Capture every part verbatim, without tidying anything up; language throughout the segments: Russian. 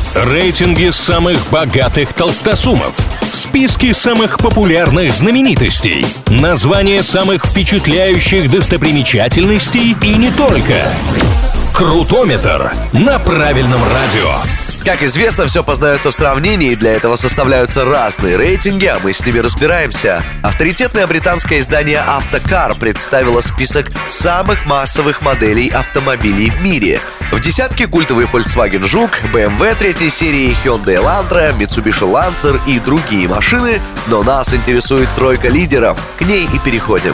Рейтинги самых богатых толстосумов. Списки самых популярных знаменитостей. Названия самых впечатляющих достопримечательностей и не только. Крутометр на правильном радио. Как известно, все познается в сравнении, и для этого составляются разные рейтинги, а мы с ними разбираемся. Авторитетное британское издание Autocar представило список самых массовых моделей автомобилей в мире. В десятке культовый Volkswagen Жук, бэ эм вэ третьей серии, Hyundai Elantra, Mitsubishi Lancer и другие машины, но нас интересует тройка лидеров. К ней и переходим.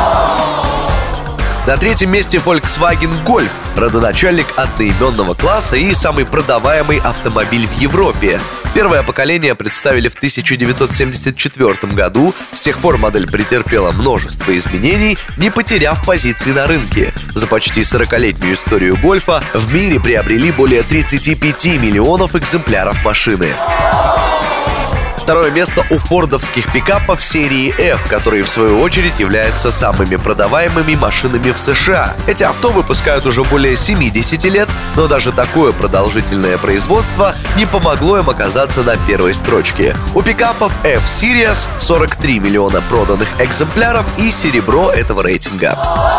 На третьем месте Volkswagen Golf, родоначальник одноименного класса и самый продаваемый автомобиль в Европе. Первое поколение представили в тысяча девятьсот семьдесят четвёртом году. С тех пор модель претерпела множество изменений, не потеряв позиции на рынке. За почти сорокалетнюю историю гольфа в мире приобрели более тридцати пяти миллионов экземпляров машины. Второе место у фордовских пикапов серии F, которые в свою очередь являются самыми продаваемыми машинами в США. Эти авто выпускают уже более семидесяти лет, но даже такое продолжительное производство не помогло им оказаться на первой строчке. У пикапов F-Series сорок три миллиона проданных экземпляров и серебро этого рейтинга.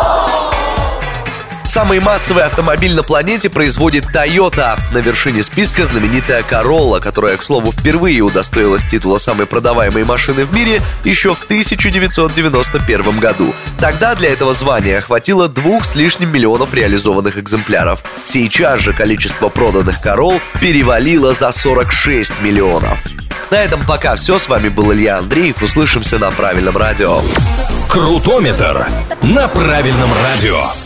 Самый массовый автомобиль на планете производит Toyota. На вершине списка знаменитая Corolla, которая, к слову, впервые удостоилась титула самой продаваемой машины в мире еще в тысяча девятьсот девяносто первом году. Тогда для этого звания хватило двух с лишним миллионов реализованных экземпляров. Сейчас же количество проданных Coroll перевалило за сорок шесть миллионов. На этом пока все. С вами был Илья Андреев. Услышимся на правильном радио. Крутометр на правильном радио.